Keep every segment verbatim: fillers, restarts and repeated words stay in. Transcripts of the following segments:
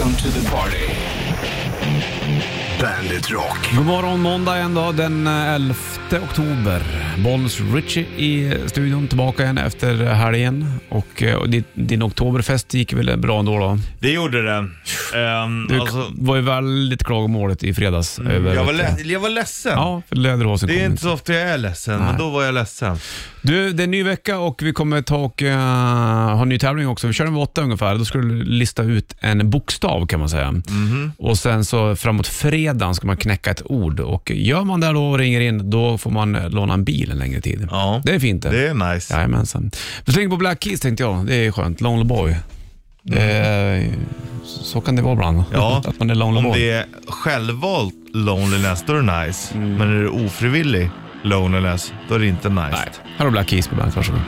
Welcome to the party. Bandit Rock. God morgon, måndag en dag, den elfte oktober. Bollnäs Richie i studion, tillbaka igen efter helgen. Och, och din, din oktoberfest gick väl bra ändå då? Det gjorde det. Um, Du alltså, var ju väldigt klagomålet i fredags. mm, över jag, var lä- jag var ledsen. Ja, för läderhosen Det är kom inte så ofta jag är ledsen, Nej. men då var jag ledsen. Du, det är en ny vecka och vi kommer ta och uh, ha en ny tävling också. Vi kör den vid åtta ungefär. Då ska du lista ut en bokstav kan man säga. Mm-hmm. Och sen så framåt fredagen ska man knäcka ett ord. Och gör man det då och ringer in, då får man låna en bil en längre tid. Ja, Det är fint det. det är nice. Jajamensan. Vi slänger på Black Keys tänkte jag. Det är skönt. Lonely Boy. Det är, så kan det vara ibland. Ja, Att man är lonely om boy. det är självvalt loneliness, då är det nice. Men är det ofrivillig loneliness, då är det inte nice. Nej. Här har Black Keys på bandet. Varsågod.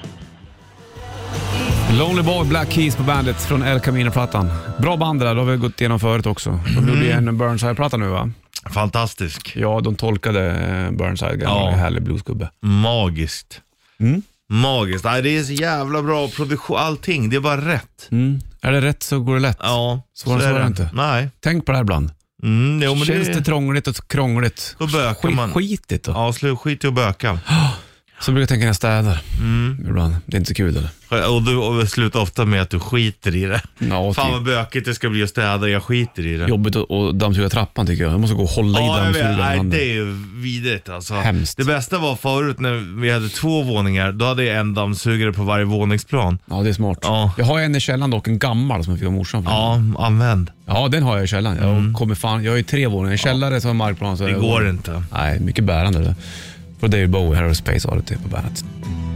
Lonely Boy, Black Keys på bandet från El Camino-plattan. Bra band där, det har vi gått igenom förut också. De gjorde ju en Burnside-platta nu va? Fantastisk. Ja, de tolkade eh, Burnside, gamla Ja. härlig bluesgubbe. Magiskt. Mm. Magiskt. Nej, det är så jävla bra produktion. Allting, det är bara rätt. Mm. Är det rätt så går det lätt. Ja, Svårare så är det inte. Nej. Tänk på det här ibland. Mm, jo, men Känns det... det trångligt och krångligt? Då bökar Skit, man. Skitigt då. Ja, slut skit i att böka. Så brukar jag tänka när jag städar. Mm. Ibland. Det är inte så kul eller? Och du och slutar ofta med att du skiter i det. Ja, Fan typ. vad bökigt det ska bli att städa, jag skiter i det. Jobbigt att att dammsuga trappan tycker jag. Jag måste gå och hålla i Ja, jag vet. dammsugaren med Nej, handen. det är ju vidrigt alltså. Hemskt. Det bästa var förut när vi hade två våningar. Då hade jag en dammsugare på varje våningsplan. Ja, det är smart. Ja. Jag har en i källaren dock, en gammal som jag fick av morsan. Ja, använd. Ja, den har jag i källaren. Jag, Mm. kommer fan, jag har ju tre våningar. En källare som har markplan. Så Det jag- går inte. Nej, mycket bärande det. För David Bowie, Aerospace har det typ på bandet.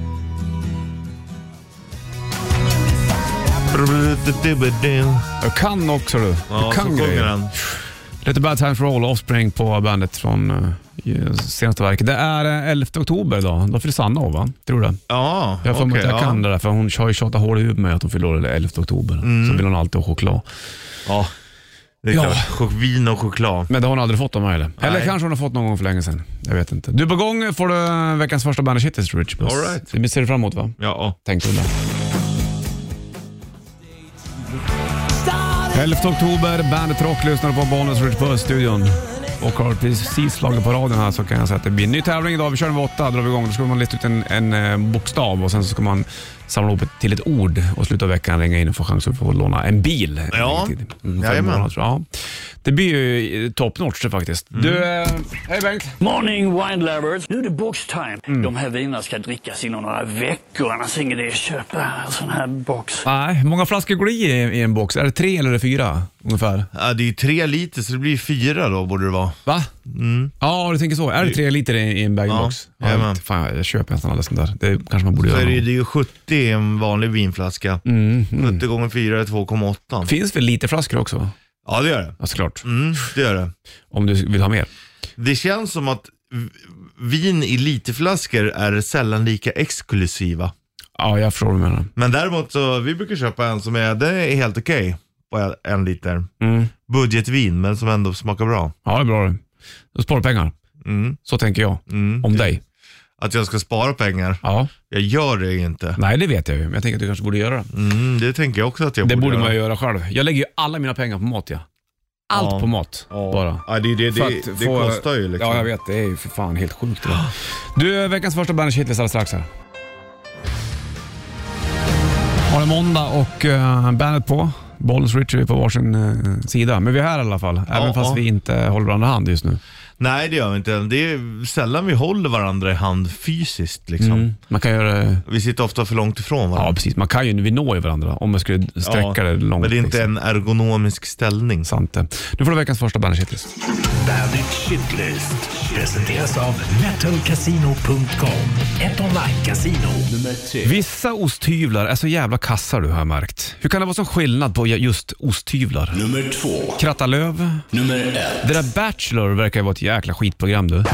Jag kan också du. Ja, Jag så kan sjunger grejer. den. Lite Bad Times Roll, Offspring på bandet från uh, senaste verket. Det är uh, elfte oktober idag. Då fyller Sanna av va? Tror du det? Ja, Jag får okej. okay, att jag ja. kan det där, för hon har ju tjatat hål i huvudet med att hon fyller år elfte oktober. Mm. Så vill hon alltid ha choklad. Ja, det är Ja. klart. Chok- Vin och choklad. Men det har hon aldrig fått av mig eller? Eller Nej. kanske hon har fått någon gång för länge sedan. Jag vet inte. Du, på gång får du veckans första Bandit Shitlist, Rich Buss. All right. Det ser du fram emot va? Ja, Tänkte du det? elfte oktober, Bandit Rock lyssnar på Bollnäs Rich Buss-studion. Och har precis slagit på radion här så kan jag säga att det blir en ny tävling idag. Vi kör den vid åtta, drar vi igång. Då ska man lista ut en, en eh, bokstav och sen så ska man samla ihop ett, till ett ord och sluta veckan ringa in och få chans att få låna en bil. Ja. Mm, fem Jajamän. månader, tror jag. Ja. Det blir ju eh, top notch det faktiskt. Mm. Du, eh, hej Bengt. Morning wine lovers. Nu är det box-time. De här vinerna ska drickas inom några veckor, annars är ingen idé att köpa en sån här box. Nej, hur många flaskor går det i, i en box? Är det tre eller är det fyra ungefär? ja, det är tre liter så det blir fyra då borde det vara. Va? Mm. Ja, du tänker så. Är det tre liter i, i en bagbox? Ja, jajamän. jag, fan, jag köper nästan alla sånt där. Det kanske man borde Så göra. är det, någon. det är ju sjuttio i en vanlig vinflaska. Mm, mm. sjuttio gånger fyra är två komma åtta. Finns väl literflaskor också? Va? Ja, det gör det. Ja, såklart. Mm, det gör det. Om du vill ha mer. Det känns som att v- vin i literflaskor är sällan lika exklusiva. Ja, jag förstår vad du menar. Men däremot så, vi brukar köpa en som är, det är helt okej på en liter. Mm. Budgetvin, men som ändå smakar bra. Ja, det är bra det. Du sparar pengar. Mm. Så tänker jag. Mm. Om dig. Att jag ska spara pengar. Ja. Jag gör det ju inte. Nej, det vet jag ju. Men jag tänker att du kanske borde göra det. Mm, det tänker jag också att jag Det borde göra. man ju göra själv. Jag lägger ju alla mina pengar på mat, ja. Allt Ja. på mat. Ja. Bara. Ja, det, det, För det, att det få- kostar ju liksom. Ja, jag vet. Det är ju för fan helt sjukt det där. Du, veckans första Bandit Shitlist alldeles strax här. Har det måndag och uh, bandet på. Bollnäs Richie på varsin uh, sida. Men vi är här i alla fall. Även Ja, fast ja. vi inte håller varandra i hand just nu. Nej, det gör vi inte. Det är sällan vi håller varandra i hand fysiskt liksom. Mm. Man kan göra det... Vi sitter ofta för långt ifrån varandra. Ja, precis. Man kan ju, vi når ju varandra om man skulle sträcka det långt. Men det är inte liksom. en ergonomisk ställning. Sant det. Nu får du veckans första Bandit Shitlist. Bandit Shitlist presenteras av metal casino punkt com. Ett online-casino. Nummer tre. Vissa osthyvlar är så jävla kassar du har jag märkt. Hur kan det vara så skillnad på just osthyvlar? Nummer två. Krattalöv. Nummer ett. Det där Bachelor verkar vara ett jäkla skitprogram du. Bandit,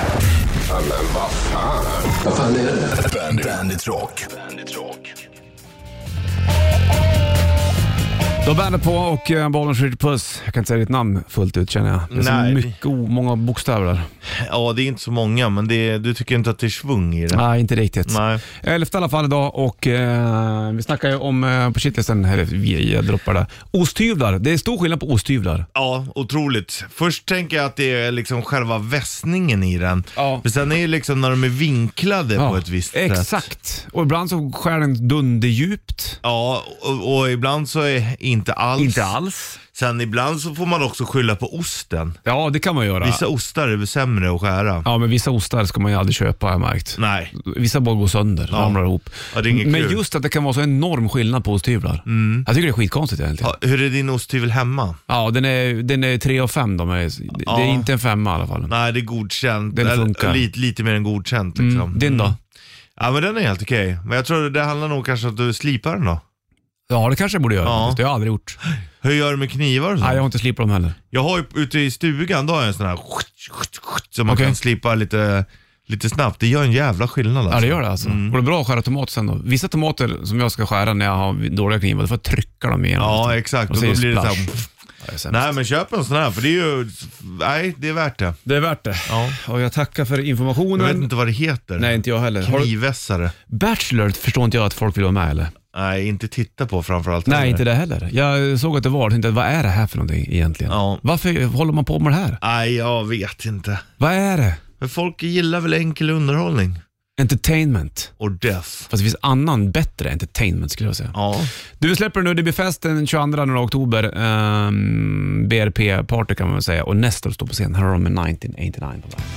Bandit Rock. Bandit Rock. Då bär det på och uh, Bollnäs Ritchie Puss. Jag kan inte säga ditt namn fullt ut, känner jag. Det är Nej. så mycket, o- många bokstäver där. Ja, det är inte så många, men det är, du tycker inte att det är svung i det? Nej, inte riktigt. Nej. Elfte i alla fall idag och uh, vi snackar ju om uh, på shitlisten, eller vi jag droppar det. Osthyvlar, det är stor skillnad på osthyvlar. Ja, otroligt. Först tänker jag att det är liksom själva vässningen i den. Ja. Men sen är det liksom när de är vinklade på ett visst sätt. Exakt. Och ibland så skär den dunderdjupt. Ja, och, och ibland så är inte alls. Inte alls. Sen ibland så får man också skylla på osten. Ja, det kan man göra. Vissa ostar är sämre att skära. Ja, men vissa ostar ska man ju aldrig köpa, har jag märkt. Nej. Vissa bara går sönder, Ja. ramlar ihop. Ja, det är inget Men kul. just att det kan vara så enorm skillnad på osthyvlar. Mm. Jag tycker det är skitkonstigt egentligen. Ja, hur är din osthyvel hemma? Ja, den är, den är tre och fem. De är, Ja. Det är inte en femma i alla fall. Nej, det är godkänt. Den Eller funkar. Lite, lite mer än godkänt liksom. Mm. Din då? Ja, men den är helt okej. Men jag tror det handlar nog kanske att du slipar den då. Ja, det kanske jag borde göra. Ja. Det har jag aldrig gjort. Hur gör du med knivar och så? Nej, jag har inte slipat dem heller. Jag har ju ute i stugan, då har jag en sån här så man Okej. kan slipa lite, lite snabbt. Det gör en jävla skillnad alltså. Ja, det gör det alltså. Går det bra att skära tomater sen då? Vissa tomater som jag ska skära när jag har dåliga knivar, då får jag trycka dem igenom. Ja, exakt. Och Och så då är det blir det så splash. här, Ja, det är sämst. nej men köp en sån här, för det är ju, nej det är värt det. Det är värt det. Ja. Och jag tackar för informationen. Jag vet inte vad det heter. Nej, inte jag heller. Har du... Knivvässare. Bachelor förstår inte jag att folk vill vara med eller? Nej, inte titta på framförallt. Nej, heller. inte det heller. Jag såg att det var och tänkte, vad är det här för någonting egentligen? Ja. Varför håller man på med det här? Nej, jag vet inte. Vad är det? Men folk gillar väl enkel underhållning. Entertainment. Och death. Fast det finns annan bättre entertainment skulle jag säga. Ja. Du, vi släpper nu, det blir fest den tjugoandra oktober. Um, B R P-party kan man väl säga. Och Nestor står på scen. Här har de med nittonhundraåttionio på bandet.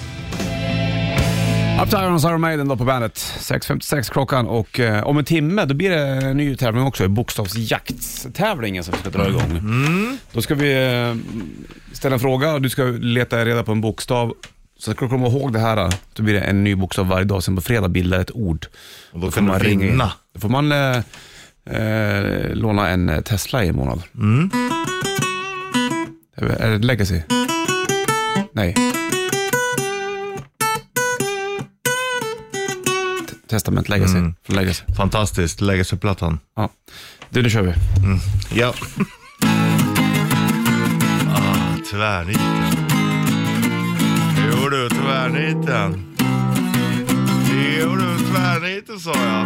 Uptown och Iron Maiden då på bandet. sex femtiosex klockan och uh, om en timme då blir det en ny tävling också. Bokstavsjaktstävlingen som vi ska dra igång. Mm. Då ska vi uh, ställa en fråga och du ska leta reda på en bokstav. Så ska du komma ihåg det här. Då blir det en ny bokstav varje dag. Sen på fredag bildar ett ord. Och då kan man ringa. in. Då får man eh, eh, låna en Tesla i en månad. Mm. Är det Legacy? Nej. T- Testament Legacy. Mm. Från Legacy. Fantastiskt, lägga sig plattan. Ja. Du, nu kör vi. Ja. ah, tvärniten. Jo du, tvärniten. Jo du, tvärniten sa jag.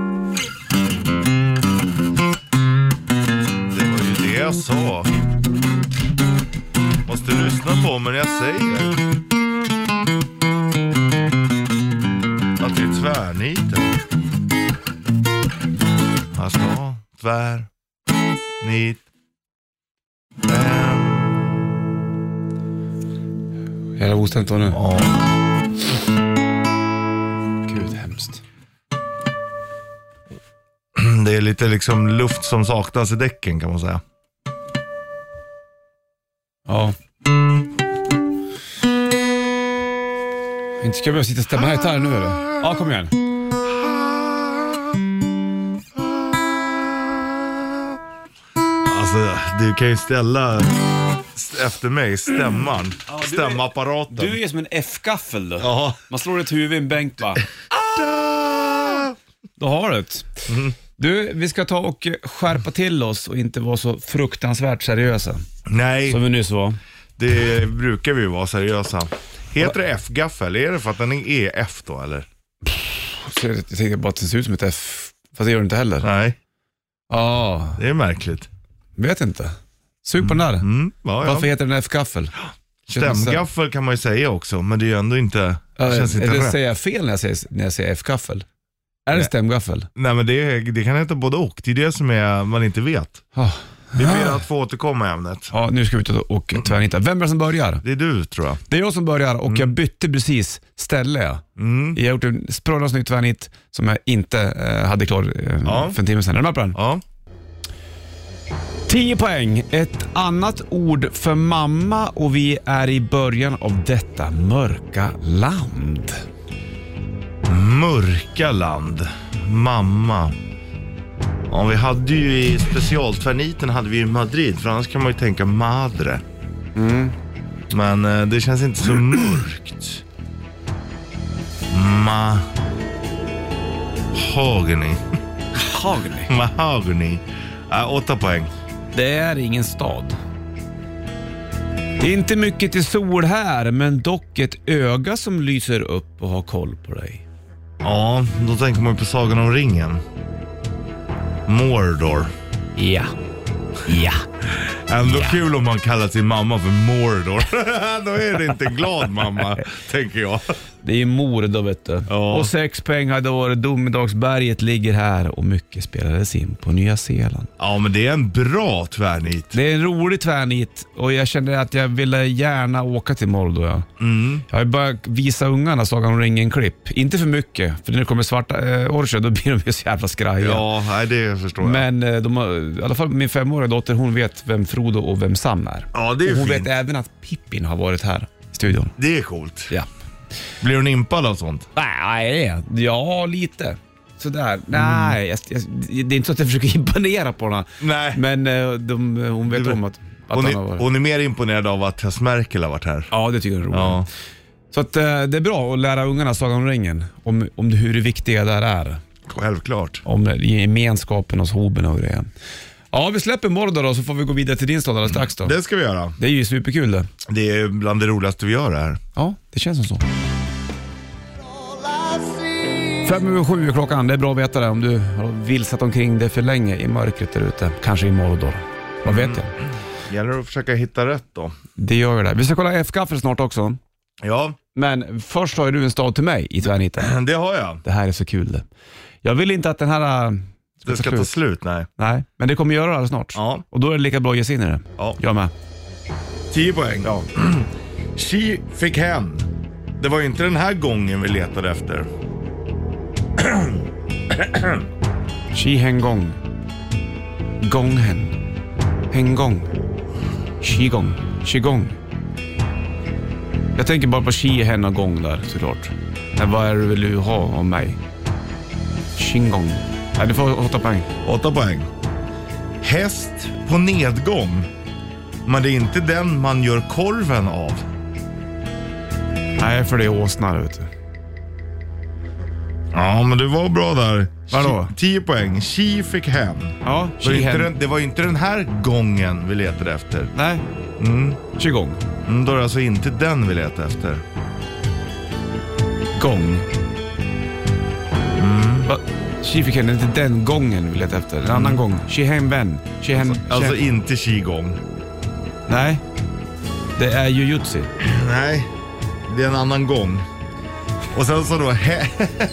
Det var ju det jag sa. Måste lyssna på mig när jag säger att det är tvärniten. Man ska tvär nit vem. Jävla ostämt då nu. Ja. Gud, hemskt. Det är lite liksom luft som saknas i däcken kan man säga. Ja. Inte ska jag behöva sitta och stämma här gitarr nu eller? Ja, kom igen. Alltså, du kan ju ställa efter mig stämman. Ja, du är- Stämapparaten. Du är som en F-gaffel då. Ja. Man slår ett huvud i en bänk bara. Då har du det. Du, vi ska ta och skärpa till oss och inte vara så fruktansvärt seriösa. Nej, Som vi nyss var. det brukar vi ju vara seriösa. Heter det F-gaffel? Är det för att den är F då eller? Så jag tänkte bara att det ser ut som ett F. Fast det gör det inte heller. Nej, Ja, det är märkligt. vet inte. Sug på den där. Mm, ja, Varför ja. heter den F-gaffel? Stämgaffel kan man ju säga också, men det är ju ändå inte, Ja, det känns inte eller rätt. säger jag fel när jag säger, när jag säger F-gaffel? Är det Nej. stämgaffel? Nej men det, det kan heta både och. Det är det som är, man inte vet. Oh. Vi ber att få återkomma i ämnet. Ja, nu ska vi ut och, och tvärnita. Vem är det som börjar? Det är du tror jag. Det är jag som börjar och jag bytte precis ställe. Jag, Mm. jag har gjort en sprallans ny tvärnit som jag inte eh, hade klar eh, Ja. för en timme sedan. Är du med på den? Ja. tio poäng. Ett annat ord för mamma och vi är i början av detta mörka land. Mörka land. Mamma. Ja, vi hade ju i specialtvärniten hade vi ju Madrid, för annars kan man ju tänka Madre. Mm. Men eh, det känns inte så mörkt. Ma... Mahogany. Hagny. Mahogany. Äh, åtta poäng. Det är ingen stad. Det är inte mycket till sol här, men dock ett öga som lyser upp och har koll på dig. Ja, då tänker man ju på Sagan om ringen. Mordor. Ja. Ja. Ändå Ja. kul om man kallar sin mamma för Mordor. Då är det inte glad mamma, tänker jag. Det är mor då, vet du. Ja. Och sex poäng hade varit. Domedagsberget ligger här och mycket spelades in på Nya Zeeland. Ja, men det är en bra tvärnit. Det är en rolig tvärnit och jag kände att jag ville gärna åka till Mordor. Ja. Mm. Jag har bara visa ungarna Sagan om ringen-klipp. Inte för mycket, för när det kommer svarta eh, orcher då blir de ju så jävla skraja. Ja, nej, det förstår jag. Men eh, de har, i alla fall min femåriga dotter, hon vet vem Frodo och vem Sam är. Ja, det är och hon fint. vet även att Pippin har varit här i studion. Det är coolt. Ja. Blir hon impad av sånt? Nej, ja lite. Sådär. Nej, jag, jag, det är inte så att jag försöker imponera på henne. Nej. Men eh, de, hon vet Du- om att, att Hon han har är, varit. hon är mer imponerad av att Tess Merkel har varit här. Ja, det tycker jag är roligt. Ja. Så att, eh, det är bra att lära ungarna Sagan om ringen. Om, om det, hur det viktiga där är. Självklart. Om gemenskapen hos hoben och grejer. Ja, vi släpper Mordor då, så får vi gå vidare till din stad alldeles strax då. Det ska vi göra. Det är ju superkul det. Det är bland det roligaste vi gör det här. Ja, det känns som så. Fem över sju är klockan, det är bra att veta det om du har vilsat omkring det för länge i mörkret där ute. Kanske i Mordor. Vad vet jag? Gäller att försöka hitta rätt då. Det gör det. Vi ska kolla F-kaffe snart också. Ja, Men först har ju du en stad till mig i tvärniten. det har jag. Det här är så kul det. Jag vill inte att den här... äh, Ska Det ska ta ta slut. slut, nej. Nej, men det kommer göra det snart. Ja. Och då är det lika bra att ge sig in i det. Ja. Jag med. tio poäng. Ja. She fick hen. Det var ju inte den här gången vi letade efter. She hen gong. Gong hen. Hen gong. She gong. She gong. Jag tänker bara på she hen och gong där såklart. Men vad är det vill du ha om mig? Shingong. Nej, du får åtta poäng. Åtta poäng. Häst på nedgång. Men det är inte den man gör korven av. Nej, för det är åsnar vet du. Ja, men du var bra där. Vadå? She- tio poäng. She fick hen. Ja, Det var, she inte hen. den, det var inte den här gången vi letade efter. Nej, Mm. qigong. Mm, då är det alltså inte den vi letade efter. Gång. Mm. Va? She fick henne, inte den gången vi letar efter. En annan gång. She hen vän. She hen... Alltså she... inte qigong. Nej. Det är jujutsu. Nej, det är en annan gång. Och sen så då he-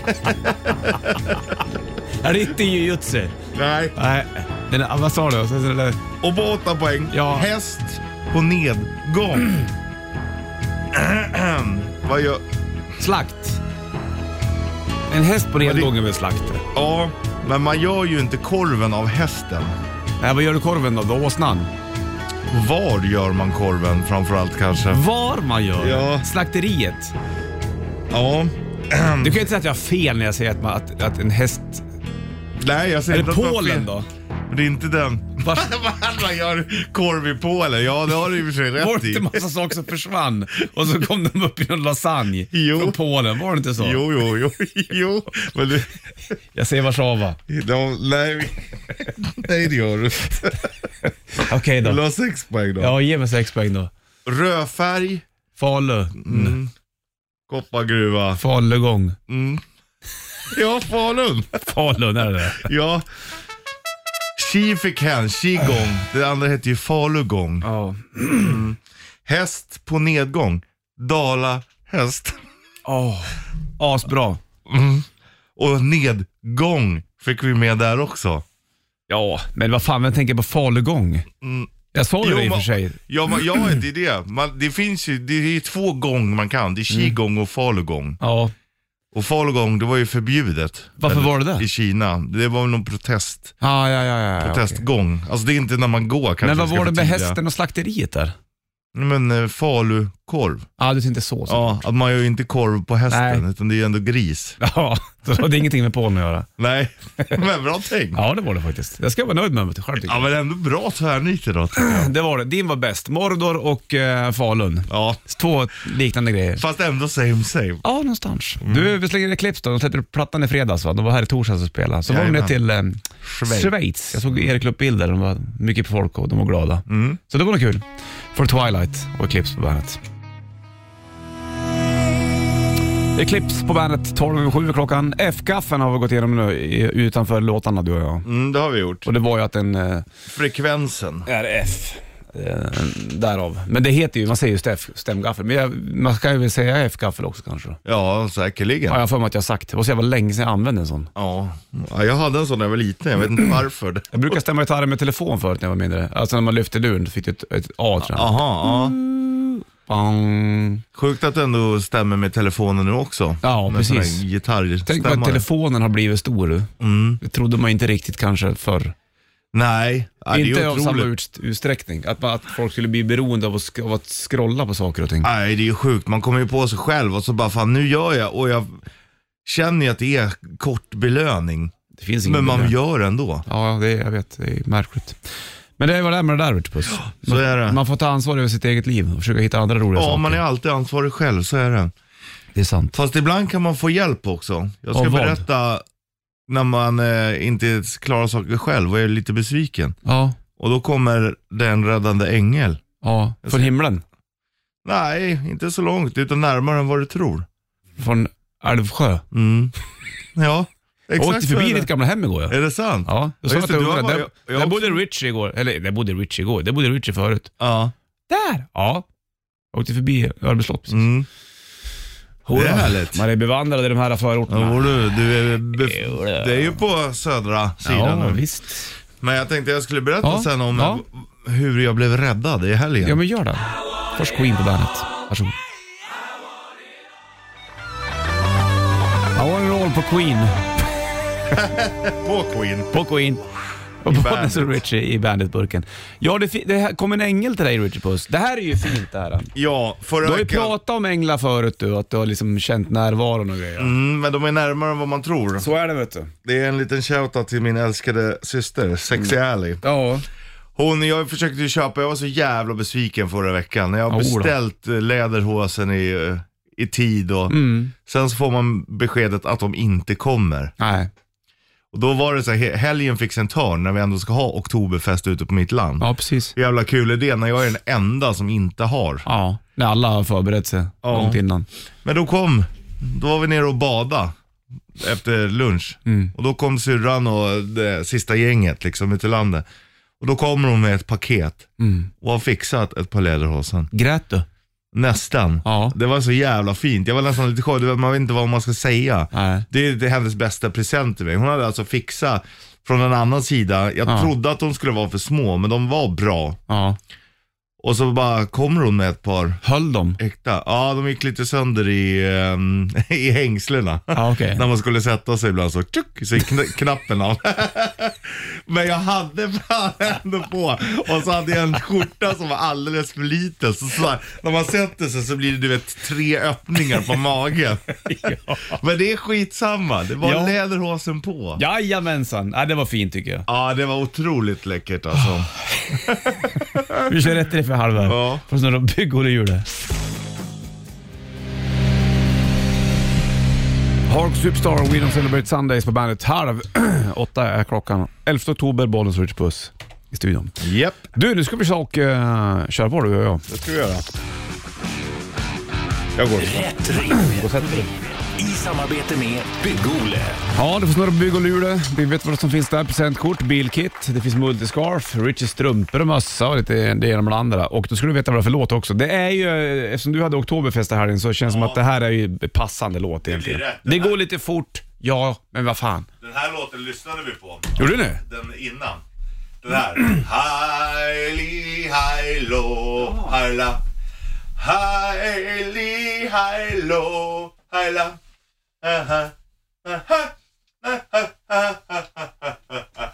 Är det inte jujutsu? Nej. Nej. Den, vad sa du? Så- så- så- Och på åtta poäng. Ja. Häst på nedgång. Vad gör... Slakt. En häst på nedgången med slakt. Ja, men man gör ju inte korven av hästen. Nej, vad gör du korven då? Då åsnan. Var gör man korven framförallt kanske? Var man gör Ja. slakteriet. Ja. Du kan ju inte säga att jag har fel när jag säger att, man, att, att en häst... Nej, jag säger Eller inte att man har Polen fel. då? Men det är inte den. Vars... Man gör korv i Polen. Ja, det har du i och för sig Var rätt det i. inte massa saker som försvann? Och så kom de upp i någon lasagne Jo. från Polen, var det inte så? Jo, jo, jo, jo. Men du... Jag säger Warszawa. De, nej, nej, det gör du inte. Okej Vill du då. ha sex poäng då? Ja, ge mig sex poäng då. Rödfärg, Falu. mm. koppargruva. Falugång. Mm. Ja, Falun. Falun är det. Ja. She fick hen, qigong. Det andra heter ju falugång. Ja. Häst på nedgång. Dala häst. Åh, asbra. Och nedgång fick vi med där också. Ja, men vad fan, jag tänker på falugång. Mm. Jag sa ju det i och för men- sig. Ja, men, ja, det är det. Man, det finns ju, det är ju två gång man kan. Det är qigong och falugång. Ja. Och falugång, det var ju förbjudet. Varför Eller- var det det? I Kina. Det var någon protest. Ja, ja, ja, ja, ja. Protestgång. Alltså det är inte när man går kanske. Men vad ska var det med förtydliga. hästen och slakteriet där? Nej, men eh, Falu korv. Ja, du tänkte så. så. Ja, att man gör ju inte korv på hästen, Nej. utan det är ju ändå gris. Ja, så det hade ingenting med Polen att göra. Nej, men bra tänkt. Ja, det var det faktiskt. Jag ska vara nöjd med mig själv, tycker Ja, men ändå bra tvärnit då. jag. Det var det. Din var bäst. Mordor och eh, Falun. Ja, Två liknande grejer. fast ändå same same. Ja, någonstans. Du, vi slänger Eclipse då. De släppte plattan i fredags, va? De var här i torsdags och spelade. Så var de ner till eh, Schweiz. Schweiz. Jag såg Erik upp bilder. De var mycket på folk och de var glada. Mm. Så det var nog kul. For Twilight och Eclipse på bandet. Eclipse på bandet, tolv över sju klockan. F-gaffen har vi gått igenom nu utanför låtarna, du och jag. Mm, det har vi gjort. Och det var ju att en... Eh, Frekvensen. är F. Eh, därav. Men det heter ju, man säger ju stäf, stämgaffel. Men jag, man ska ju väl säga F-gaffel också kanske. Ja, säkerligen. Ja, jag har för mig att jag har sagt. Det var så jävla länge sedan jag använde en sån. Ja. Ja, jag hade en sån när jag var liten, jag vet inte varför. Jag brukar stämma gitarren med telefon förut när jag var mindre. Alltså när man lyfte luren fick du ett, ett A, tror jag. Aha, ja. Bang. Sjukt att du ändå stämmer med telefonen nu också. Ja, med precis. Gitarr. Tänk på att telefonen har blivit stor, du. Mm. Det trodde man inte riktigt kanske förr. Nej, ja, det är Inte av samma otroligt. ut, utsträckning. Att, man, att folk skulle bli beroende av att, sk- av att scrolla på saker och ting. Nej, det är ju sjukt. Man kommer ju på sig själv och så bara, fan nu gör jag. Och jag känner ju att det är kort belöning. Det finns ingen Men man belöning. gör ändå. Ja, det är, jag vet. Det är märkligt. Men det är vad det är med det där, Richard Puss. Så är det. Man får ta ansvar över sitt eget liv och försöka hitta andra roliga Ja, saker. man är alltid ansvarig själv, så är det. Det är sant. Fast ibland kan man få hjälp också. Jag ska Av vad? berätta när man eh, inte klarar saker själv och är lite besviken. Ja, Och då kommer den räddande ängel. ja. Från himlen. Nej, inte så långt, utan närmare än vad du tror. Från Älvsjö. Mm. Ja, Jag exakt. åkte så förbi är det. ditt gamla hem igår. Ja. Är det sant? Ja, Ja, sa just att det, det du var- har bara- där, jag- jag där också- bodde Richie igår. Eller, där bodde Richie igår. Där bodde Richie förut. Ja. Där! Ja. Jag åkte förbi Örby slott. precis. Mm. Jodå. Det är härligt. Man är bevandrad i de här förorterna. Ja, du, du är, bef- Jo, det är ju på södra sidan Ja, nu. visst. Men jag tänkte jag skulle berätta Ja, sen om ja. hur jag blev räddad i helgen. Ja, men gör det. Först Queen på bandet. Varsågod. I wanna roll på Queen. På Queen. På Queen. Och på Bandet. Bonus Richie i Bandit-burken. Ja, det, fi- det här kom en ängel till dig, Richie Puss. Det här är ju fint det här. Ja, förra Du har ju veckan. pratat om änglar förut, du. Att du har liksom känt närvaron och grejer. Mm, men de är närmare än vad man tror. Så är det, vet du. Det är en liten shoutout till min älskade syster, Sexy Mm. Ally. Ja. Hon, jag försökte ju köpa, jag var så jävla besviken förra veckan. Jag har Ja, oda. beställt eh, läderhosen i, eh, i tid och Mm. sen så får man beskedet att de inte kommer. Nej. Och då var det så här, he- helgen fick en törn när vi ändå ska ha oktoberfest ute på mitt land. Ja, precis. Hur jävla kul är det när jag är den enda som inte har. Ja, när alla har förberett sig Ja. långt innan. Men då kom, då var vi nere och bada efter lunch. Mm. Och då kom syrran och det sista gänget liksom ut i landet. Och då kommer hon med ett paket Mm. och har fixat ett par läderhosen. Grät du? Nästan. Ja. Det var så jävla fint. Jag var nästan lite chockad, du vet, man vet inte vad man ska säga. Nej. Det är, det är hennes bästa present till mig. Hon hade alltså fixat från en annan sida. Jag Ja. trodde att de skulle vara för små, men de var bra. Ja. Och så bara kommer hon med ett par Höll dem? äkta. Ja, de gick lite sönder i, um, i hängslena. Ja, okej. När man skulle sätta sig ibland så tjuk, så gick kn- knappen av. Men jag hade fan ändå på. Och så hade jag en skjorta som var alldeles för liten. Så, så här, när man sätter sig så blir det, du vet, tre öppningar på magen. Ja. Men det är skitsamma. Det var Ja. läderhosen på. Ja. Jajamensan. Ja, det var fint tycker jag. ja, det var otroligt läckert alltså. Vi kör rätt i det för halva. Ja. För snurra bygghjulet. Hark Superstar, We Don't Celebrate Sundays på bandet. Halv åtta är klockan. elfte oktober, Bollens Rich Puss i studion. Japp, Du, nu ska vi och uh, köra på du och jag. det ska vi göra. Jag går. Rätt riff. I samarbete med Bygg-Ole. Ja, du får snurra på bygg och lure. Vi vet vad som finns där. Presentkort, bilkit, det finns multiscarf, Richies strumpor och mössa och lite det ena med det andra. Och då ska du veta vad det är för låt också. Det är ju, eftersom du hade oktoberfest här så känns det som att det här är ju passande låt egentligen. rätt. Det går lite fort, ja, men vad fan. Den här låten lyssnade vi på. Gjorde du nu? Den innan. Den här. Hajli, hajlo, hajla. Hajli, hajlo, hajla. Aha, aha, aha, aha, aha.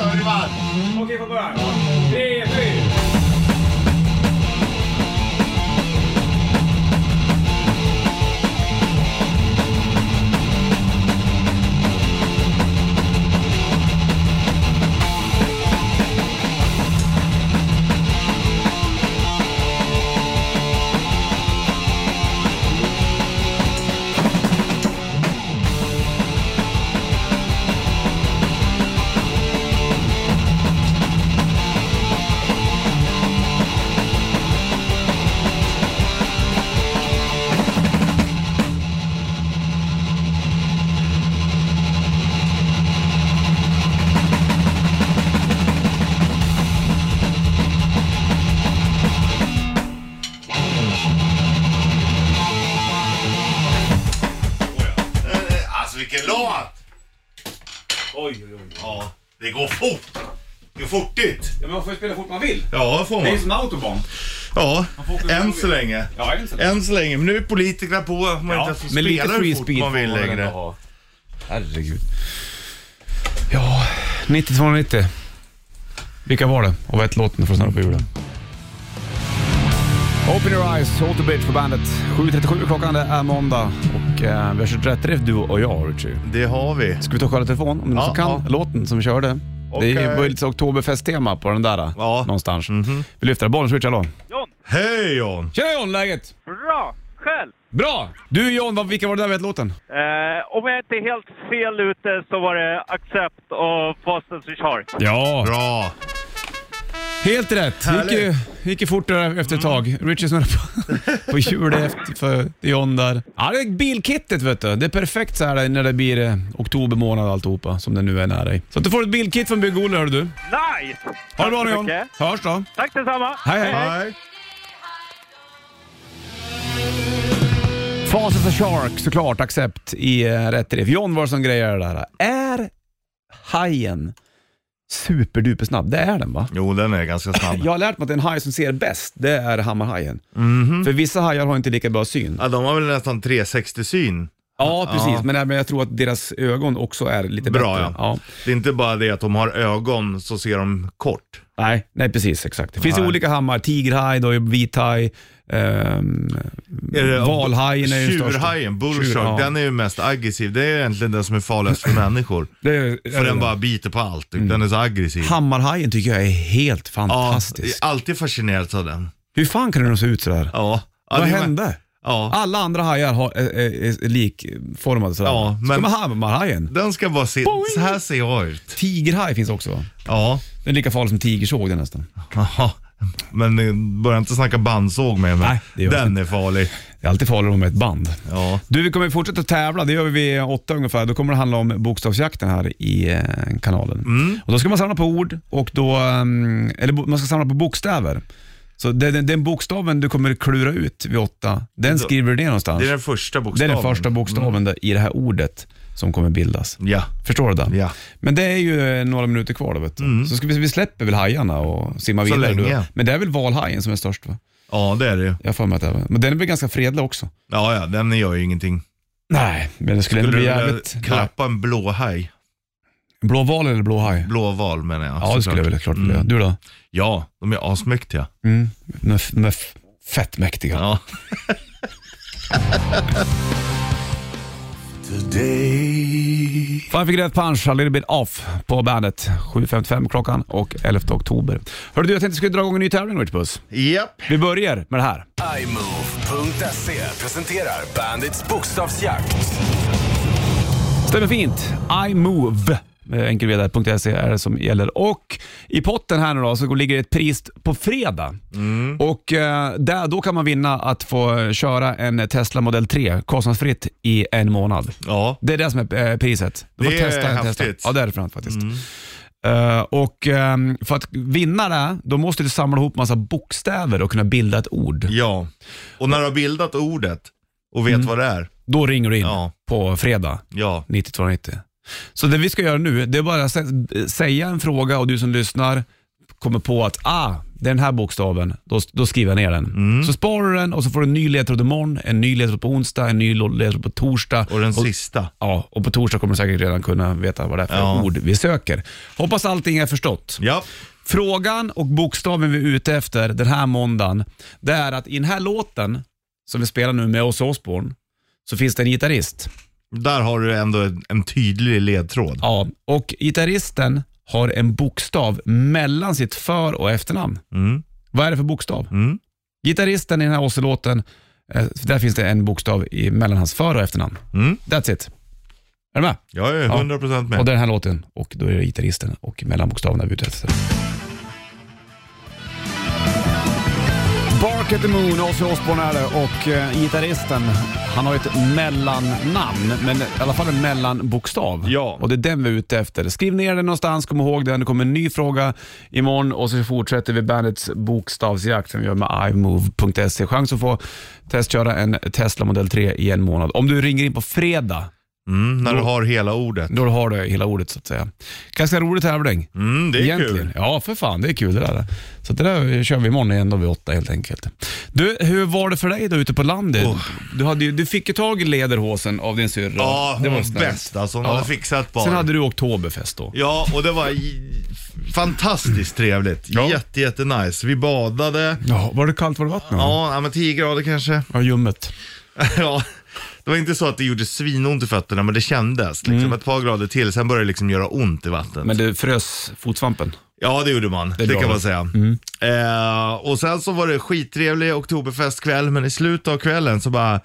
tar vi varv. Okej, får börja. Tre, fyra. Vilken låt! Oj, oj, oj. Ja, det går fort. Det går fortigt. Ja, men man får ju spela fort man vill. Ja, det får man. Det är som autobahn. Ja, än man så länge. Ja, än så länge. Än så länge. Men nu är politikerna på. Man Ja, inte får men lite spela hur free fort speed man vill får man längre. ändå ha. Herregud. Ja, nittio nittio. Vilka var det? Och vad hette låten för att snurra på hjulen? Open your eyes, Alter Bridge på bandet. sju trettiosju klockan, det är måndag. Och eh, vi har kört rätt riff, du och jag, Richie. Det har vi. Ska vi ta och kolla telefon om du Ja, så kan ja. låten som vi körde? Okej. Det var ju lite Oktoberfest-tema på den där Ja. någonstans. Mhm. Vi lyfter bollen, Richie, hallå. John, Hej John! Tjena John, läget? bra. Själv? Bra! Du John, vad, vilka var det där vid låten? Eh, om jag inte är helt fel ute så var det Accept och Fast and Char. Ja, Bra! helt rätt. Gick Härligt. ju, gick ju fort där efter ett tag. Richie snurrade på, på hjulet efter för John där. Ja, det är bilkittet vet du. Det är perfekt så här när det blir eh, oktober månad alltihopa som det nu är nära dig. Så att du får ett bilkit från Bygg-Olle, hör du. Nice! Ha det bra Tack nu så John. mycket. Hörs då. Tack detsamma. Hej hej. Hej! Faces of Shark, såklart, Accept i uh, rätt riff. John var som grejer det där. Är hajen superduper snabb? Det är den va? Jo, den är ganska snabb. Jag har lärt mig att en haj som ser bäst, det är hammarhajen. Mhm. För vissa hajar har inte lika bra syn. Ja, de har väl nästan trehundrasextio-syn. Ja, precis. Ja. Men, men jag tror att deras ögon också är lite Bra, bättre. ja. Det är inte bara det att de har ögon så ser de kort. Nej, nej, precis, exakt. Det finns Nej. ju olika hammar. Tigerhaj, då är vithaj, ehm, valhajen är ju största. Tjurhajen, bullshark, Tjur, ja. den är ju mest aggressiv. Det är egentligen den som är farligast för människor. Det är, För den bara biter på allt. Den är så aggressiv. Hammarhajen tycker jag är helt Ja, fantastisk. jag är alltid fascinerad av den. Hur fan kan den se ut sådär? Ja. Ja, Vad det är- hände? Ja. Alla andra hajar har, är, är, är likformade sådär. Ja, Ska men- man hammarhajen? Den ska bara se, Boing! så här ser jag ut. Tigerhaj finns också va? Ja. Den är lika farlig som tigersåg den nästan. Jaha. Men eh, börja inte snacka bandsåg med mig. Nej, det gör jag Den är farlig. Det är alltid farligare med ett band. Ja. Du, vi kommer fortsätta tävla. Det gör vi vid åtta ungefär. Då kommer det handla om bokstavsjakten här i eh, kanalen. Mm. Och då ska man samla på ord och då, um, eller bo- man ska samla på bokstäver. Så den, den bokstaven du kommer klura ut vid åtta, den skriver du ner någonstans. Det är den första Det är bokstaven. den första bokstaven där, i det här ordet som kommer bildas. Ja. Förstår du det? Ja. Men det är ju eh, några minuter kvar då, vet du. Så ska vi, vi släpper väl hajarna och simma Så vidare. länge. Då. Men det är väl valhajen som är störst va? Ja, det är det ju. Jag har för mig att det är. Men den är väl ganska fredlig också. Ja, ja, den gör ju ingenting. Nej, men det skulle, Skulle ändå du bli vilja jävligt... klappa en blå haj? Blå val eller blå haj? Blå val menar jag. Ja, det såklart. skulle jag vilja klart vilja. Mm. Du då? Ja, de är asmäktiga. Mm. De är, f- de är f- fett mäktiga. Ja. Fan, fick rätt punch, a little bit off på bandet. sju femtiofem klockan och elfte oktober. Hörru du, jag tänkte jag skulle dra igång en ny tävling, Rich Puss. Japp. Vi börjar med det här. i move punkt se presenterar Bandits bokstavsjakt. Stämmer fint. iMove. enkel v d punkt se är det som gäller. Och i potten här nu då så ligger ett pris på fredag. Mm. Och eh, där, då kan man vinna att få köra en Tesla Model tre kostnadsfritt i en månad. Ja. Det är det som är eh, priset. Du får Det är testa en häftigt. Tesla. Ja, det är det framför faktiskt. Eh, och ehm, för att vinna det, då måste du samla ihop massa bokstäver och kunna bilda ett ord. Ja. Och när du har bildat ordet och vet vad det är. Då ringer du in Ja. på fredag Ja. nittio nittio. Så det vi ska göra nu, det är bara att sä- säga en fråga och du som lyssnar kommer på att ah, det är den här bokstaven, då, då skriver jag ner den. Mm. Så sparar du den och så får du en ny ledtråd imorgon, en ny ledtråd på onsdag, en ny ledtråd på torsdag. Och den och, sista. Ja, och på torsdag kommer du säkert redan kunna veta vad det är för ja. ord vi söker. Hoppas allting är förstått. Ja. Frågan och bokstaven vi är ute efter den här måndagen, det är att i den här låten som vi spelar nu med Ozzy Osbourne så finns det en gitarrist. Där har du ändå en, en tydlig ledtråd. Ja, och gitarristen har en bokstav mellan sitt för- och efternamn. Mm. Vad är det för bokstav? Mm. Gitarristen i den här Ozzy-låten, eh, där finns det en bokstav i, mellan hans för- och efternamn. Mm. That's it. Är du med? Jag är hundra procent med. Och den här låten, och då är det gitarristen och mellanbokstaven vi ute efter. Bark at the Moon, Ozzy Osbourne är det, och uh, gitarristen, han har ett mellannamn, men i alla fall en mellanbokstav. Ja. Och det är den vi är ute efter. Skriv ner den någonstans, kom ihåg den. Det kommer en ny fråga imorgon och så fortsätter vi bandets bokstavsjakt som vi gör med i move punkt se. Chans att få testköra en Tesla Model tre i en månad. Om du ringer in på fredag, Mm, när då, du har hela ordet. Då har du hela ordet så att säga. Ganska roligt tävling. Mm, det är egentligen. kul. Ja, för fan, det är kul det där. Så det där kör vi imorgon igen då vid åtta helt enkelt. Du, hur var det för dig då ute på landet? Oh. Du, hade ju, du fick ju tag i lederhosen av din syrra. Ja, hon det var var snällt. bäst. Alltså, hon Ja. hade fixat bara. Sen hade du Oktoberfest då. Ja, och det var i- fantastiskt trevligt. Ja. Jätte, jätte nice. Vi badade. Ja, var det kallt, var det vatten? Ja, ja men tio grader kanske. Ja, ljummet. Ja, det var inte så att det gjorde svinont i fötterna, men det kändes. Liksom Mm. ett par grader till, sen började det liksom göra ont i vattnet. Men det frös fotsvampen. Ja, det gjorde man. Det, är det bra. kan man säga. Mm. Eh, och sen så var det skittrevlig oktoberfestkväll, men i slutet av kvällen så bara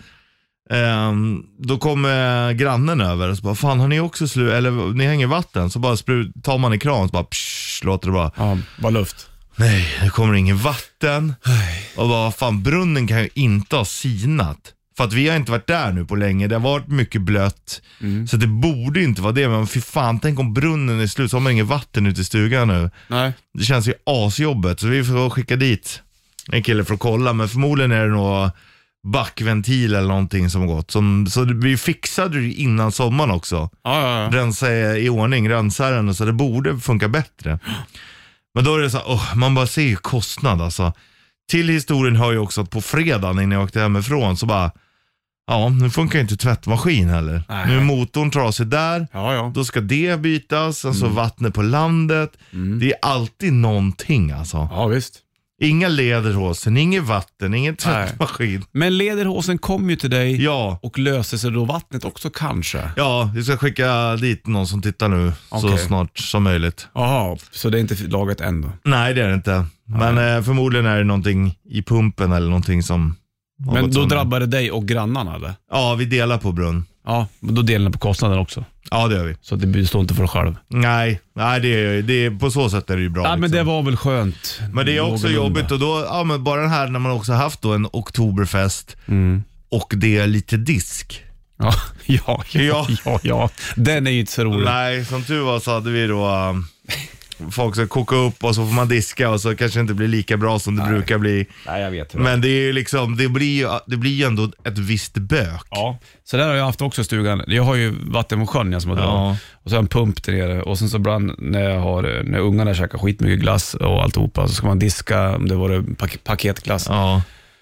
ehm, då kom eh, grannen över och så bara, fan har ni också slut, eller ni hänger vatten, så bara sprut, tar man i kran så bara psh, låter det bara. Ja, bara luft. Nej, det kommer ingen vatten. Och bara, fan, brunnen kan ju inte ha sinat. För att vi har inte varit där nu på länge. Det har varit mycket blött. Mm. Så det borde inte vara det. Men fy fan, tänk om brunnen är slut så har man ingen vatten ute i stugan nu. Nej. Det känns ju asjobbet. Så vi får skicka dit en kille för att kolla. Men förmodligen är det nog backventil eller någonting som har gått. Som, så vi fixade det innan sommaren också. Ja, ja, ja. Rensa i ordning, rensa den. Så det borde funka bättre. Men då är det så här, oh, man bara ser ju kostnad alltså. Till historien hör ju också att på fredagen innan jag åkte hemifrån så bara, ja, nu funkar inte tvättmaskin heller. Nej. Nu är motorn trasig där, Ja, ja. då ska det bytas, alltså mm. vattnet på landet. Mm. Det är alltid någonting alltså. Ja, visst. Inga lederhosen, inget vatten, ingen tvättmaskin. Men lederhosen kom ju till dig Ja. och löser sig då vattnet också kanske. Ja, vi ska skicka dit någon som tittar nu så Okej. snart som möjligt. Jaha, så det är inte lagat än då? Nej, det är det inte. Men eh, förmodligen är det någonting i pumpen eller någonting som har Men gått då sönder. drabbar det dig och grannarna eller? Ja, vi delar på brunn. Ja, men då delar ni på kostnaden också. Ja, det gör vi. Så att det står inte för dig själv. Nej, nej det är, det är, på så sätt är det ju bra. Ja, men liksom. det var väl skönt. Men det är också Någorlunda. jobbigt och då, ja men bara den här när man också haft då en oktoberfest Mm. och det är lite disk. Ja, ja, ja, Ja. ja, ja. Den är ju inte så rolig. Nej, som tur var så hade vi då um, folk som kokar upp och så får man diska och så kanske det inte blir lika bra som det Nej. brukar bli. Nej, jag vet det. Men det är ju liksom, det blir ju det blir ju ändå ett visst bök. Ja, så där har jag haft också i stugan. Jag har ju vatten från sjön jag som har Ja. dragit. Och så har jag en pump där nere. Och sen så ibland när jag har, när ungarna käkar skitmycket glass och alltihopa, så ska man diska om det var pak- paketglass. Ja.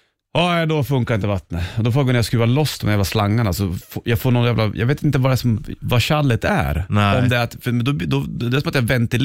Ja, då funkar inte vattnet. Och då får jag gå ner och skruva loss de jävla slangarna. Så får- jag får någon jävla, jag vet inte vad, det är som, vad tjallet är. Nej. Om det är att, för då, då, det är som att jag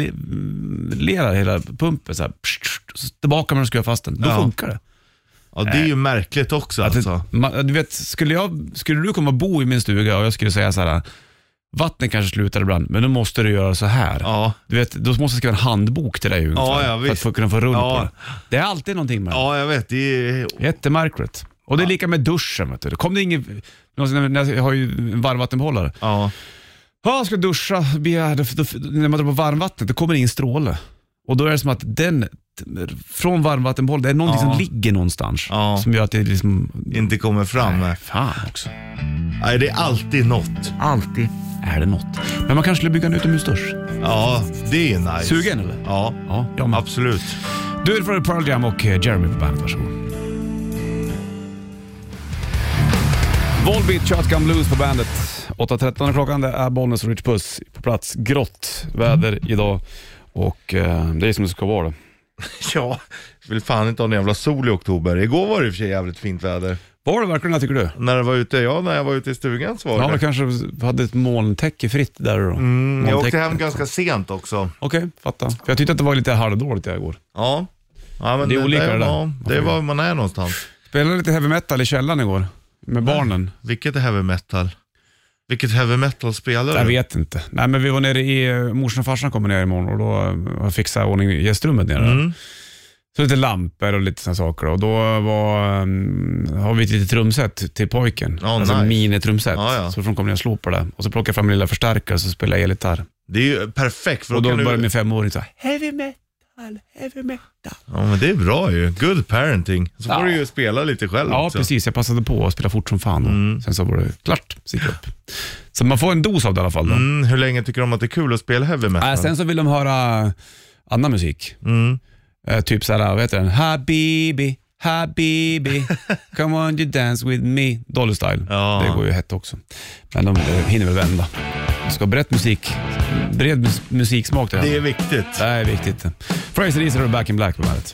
ventilerar hela pumpen så här, pst, pst, så tillbaka med att skruva fast den. Då Ja. funkar det. Ja, det är ju märkligt också Att alltså. det, man, du vet, skulle, jag, skulle du komma och bo i min stuga och jag skulle säga så här: vattnet kanske slutar ibland, men då måste du göra så här. Ja. Du vet, då måste jag skriva en handbok till dig ungefär, Ja, ja, för att visst. få, kunna få rull Ja. på det. Det är alltid någonting med det. Ja, jag vet. Det är... Jättemärkligt. Och det är lika med duschen. Vet du. Det kom det ingen, när jag har ju en varmvattenbehållare. Ja. Ja, jag ska duscha. När man drar på varmvattnet, då kommer det ingen stråle. Och då är det som att den, från varmvattenbehållaren, det är någonting Ja. som ligger någonstans. Ja. Som gör att det liksom... Inte kommer fram. Nej, Nej. fan också. Nej, det är alltid något. Alltid är det något. Men man kanske skulle bygga en utomhusdusch. Ja, det är nice. Sugen eller? Ja, Ja, jag med. absolut. Du är för Pearl Jam och Jeremy på bandet, varsågod. Volbeat, Shotgun Blues på bandet. åtta tretton är klockan, det är Bollnäs och Rich Puss på plats. Grått väder idag och eh, det är som det ska vara. Ja, jag vill fan inte ha en jävla sol i oktober. Igår var det i och för sig jävligt fint väder. Var det verkligen det, tycker du? När det var ute, ja, när jag var ute i stugan så var det. Ja, det kanske hade ett molntäcke fritt där då. Mm, jag åkte hem ganska sent också. Okej, okay, fatta. För jag tyckte att det var lite halvdåligt där igår. Ja. Ja, men det är det, olika det, det där. Ja, det är var man är någonstans. Spelade lite heavy metal i källaren igår med Nej. barnen. Vilket är heavy metal? Vilket heavy metal spelar du? Jag vet inte. Nej, men vi var nere i, morsan och farsan kommer ner imorgon och då har jag fixat ordning i gästrummet nere. Mm. Så lite lampor och lite sådana saker. Och då var, um, har vi ett litet trumset till pojken. Oh, alltså nice. mini-trumset. Ja, ja. Så de kommer ner och slår på det. Och så plockar jag fram en lilla förstärkare och så spelar jag elgitarr. Det är ju perfekt. För och då, då börjar du... min femåring så här, heavy metal, heavy metal. Ja, men det är bra ju. Good parenting. Så Ja. får du ju spela lite själv Ja, också. precis. Jag passade på att spela fort som fan. Mm. Sen så var det klart. Så gick jag upp. Så man får en dos av det i alla fall då. Mm, hur länge tycker de att det är kul att spela heavy metal? Äh, sen så vill de höra annan musik. Mm. Uh, typ såhär, vad heter den? Habibi, Habibi, come on you dance with me. Dolly Style, Ja. det går ju hett också. Men de uh, hinner väl vända. De ska ha brett musik, bred mus- musiksmak. Det är viktigt. Det är viktigt. Fraser Easer och Back in Black på bandet.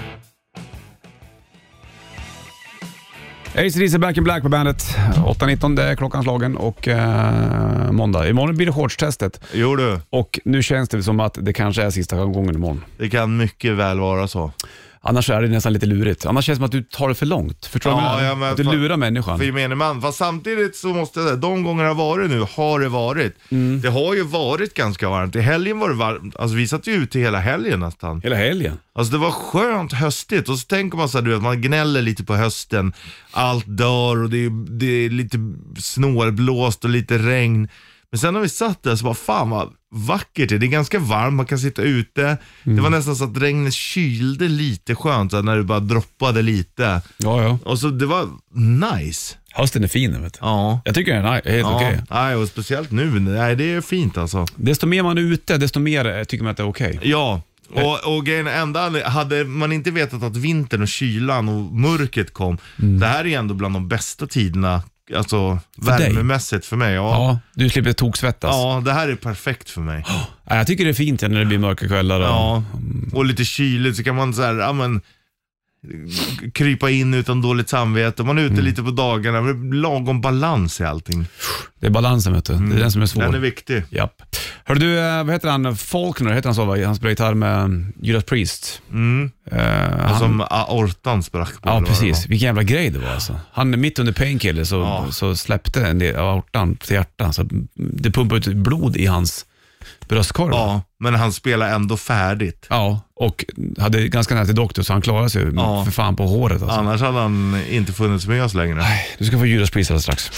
A C/D C Back in Black på bandet. åtta nitton, det är klockan slagen och uh, måndag. Imorgon blir det shortstestet. Jo du, Och nu känns det som att det kanske är sista gången imorgon. det kan mycket väl vara så. Annars är det nästan lite lurigt. Annars känns det som att du tar det för långt. Förstår du Ja, vad jag menar? ja, men Att du fa- lurar människan. För gemene man, fast samtidigt så måste jag säga, de gånger det har varit nu, har det varit. Mm. Det har ju varit ganska varmt. I helgen var det varmt, alltså vi satt ju ute hela helgen nästan. Hela helgen. Alltså det var skönt höstigt och så tänker man så här, du vet, man gnäller lite på hösten. Allt dör och det är, det är lite snålblåst och lite regn. Men sen när vi satt där så bara, fan vad vackert det är. Det är ganska varmt, man kan sitta ute. Mm. Det var nästan så att regnet kylde lite skönt så här, när det bara droppade lite. Ja, ja. Och så det var nice. Hösten är fin, vet du. Ja. Jag tycker den är helt Ja, okej. nej, och speciellt nu. Nej, det är fint alltså. Desto mer man är ute, desto mer eh, tycker man att det är okej. Ja, och, och grejen är ända, hade man inte vetat att vintern och kylan och mörkret kom, det här är ändå bland de bästa tiderna, alltså För dig? värmemässigt för mig. Ja. Ja, du slipper toksvettas. Ja, det här är perfekt för mig. Ja, jag tycker det är fint när det blir mörka kvällar. Och... Ja, och lite kyligt så kan man så här, ja men krypa in utan dåligt samvete. Man är ute lite på dagarna, det blir lagom balans i allting. Det är balansen, vet du. Det är den som är svår. Den är viktig. Japp. Hörru du, eh, vad heter han? Faulkner, heter han så, va? Han spelar gitarr med Judas Priest. Mm. Uh, han... Som aortan sprack på. Ja, eller vad det precis. var. Vilken jävla grej det var alltså. Han mitt under Painkiller så, Ja. så släppte en del av aortan till hjärtan. Så det pumpade ut blod i hans bröstkorg. Ja, men han spelar ändå färdigt. Ja, och hade ganska nära till doktor så han klarade sig Ja. för fan på håret alltså. Annars hade han inte funnits med oss längre. Du ska få Judas Priest alldeles strax.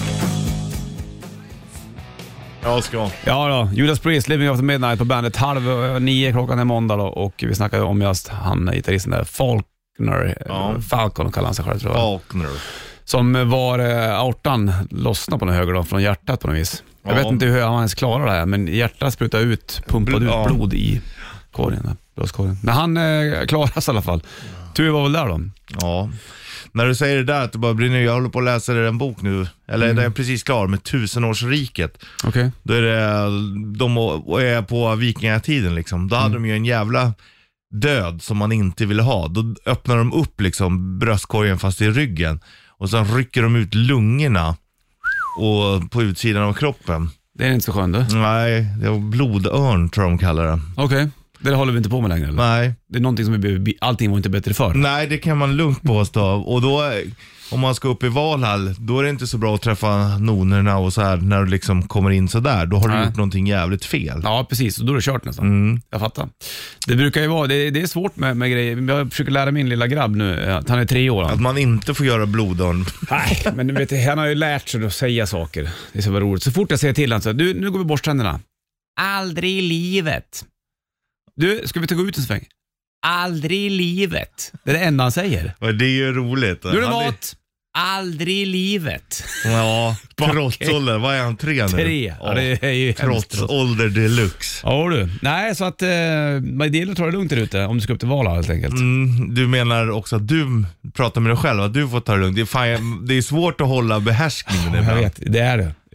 Jag ska. Ja då, Judas Priest, Living After Midnight på bandet. Halv eh, nio klockan är måndag då, och vi snackade om just han, gitarristen där, Faulkner, Ja. eh, Falcon kallar han sig själv tror jag. Faulkner. Som var eh, aortan lossna på något höger då, från hjärtat på något vis. Jag Ja. vet inte hur han ens klarar det här, men hjärtat sprutade ut, pumpade Bl- ja. ut blod i korgen, där, bröstkorgen. Men han eh, klaras i alla fall. Tur var väl där då. Ja. När du säger det där att det bara brinner, jag håller på att läsa en bok nu, eller Mm. den är precis klar med tusenårsriket. Okej. Då är det, de är på vikingatiden liksom. Då hade Mm. de ju en jävla död som man inte ville ha. Då öppnar de upp liksom bröstkorgen fast i ryggen. Och sen rycker de ut lungorna och på utsidan av kroppen. Det är inte så skönt du. Nej, det var blodörn tror de kallar det. Okej, det håller vi inte på med längre eller? Nej. Det är någonting som vi behöver, allting var inte bättre för. Nej, det kan man lugnt påstå. Och då, om man ska upp i Valhall, då är det inte så bra att träffa nonerna och så här när du liksom kommer in så där. Då har du Nej. gjort någonting jävligt fel. Ja, precis. Och då är det kört nästan. Mm. Jag fattar. Det brukar ju vara, det, det är svårt med, med grejer. Jag försöker lära min lilla grabb nu, att han är tre år. Att Han. man inte får göra blodörn. Nej, men du vet, han har ju lärt sig att säga saker. Det är så roligt. Så fort jag säger till honom så här, du, nu går vi bort tänderna. Aldrig i livet. Du, ska vi ta gå ut en sväng? Aldrig i livet. Det är det enda han säger. Och det är ju roligt. Du är Han är- mat. Aldrig i livet. Ja, trotsålder. Vad är han? Tre nu? Tre. Ja, det är ju hemskt. Trotsålder deluxe. Ja du. Nej, så att eh, det gäller att ta det lugnt där ute om du ska upp till Valhall helt enkelt. Mm, du menar också att du pratar med dig själv, att du får ta det lugnt. Det är, fan, det är svårt att hålla behärskningen Jag ibland. vet, det är det.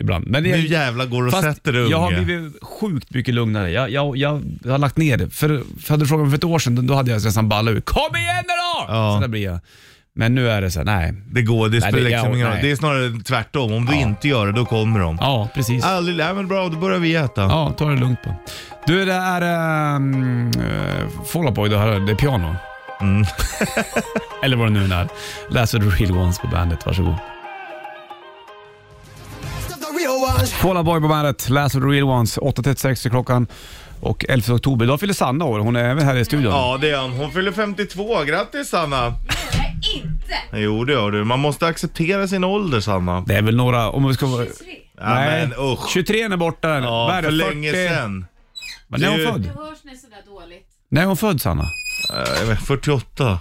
ibland. Men det, Nu jävla går och sätter unge. Jag har blivit sjukt mycket lugnare. Jag, jag, jag, jag har lagt ner det. För, för hade du frågat mig för ett år sedan, då hade jag nästan ballat ut. Kom igen nu då! Ja. Så där blir jag. Men nu är det så här, nej. Det går, det spelar det- liksom ja, ingen roll. nej. Det är snarare tvärtom. Om du inte gör det, då kommer de. Ja, precis. Aldrig, nej men bra, då börjar vi äta. Ja, ta det lugnt på. Du, det är um, uh, Fall Out Boy, det, här, det är piano. Mm. Eller vad det nu är. Läser The Real Ones på bandet, varsågod. Fall Out Boy på bandet, läser The Real Ones, åtta trettiosex i klockan. Och elfte oktober, idag fyller Sanna år, hon är även här i studion. Ja, det är hon. Hon fyller femtiotvå. Grattis, Sanna. Nej, inte. Jo, det gör du. Man måste acceptera sin ålder, Sanna. Det är väl några, om vi ska vara... Ja, Nej, men usch. tjugotre är borta. Ja, Vad är det, för länge fyrtio? sedan. Men när är hon Du- född? Det hörs ni sådär dåligt. När är hon född, Sanna? Äh, jag vet, fyrtioåtta.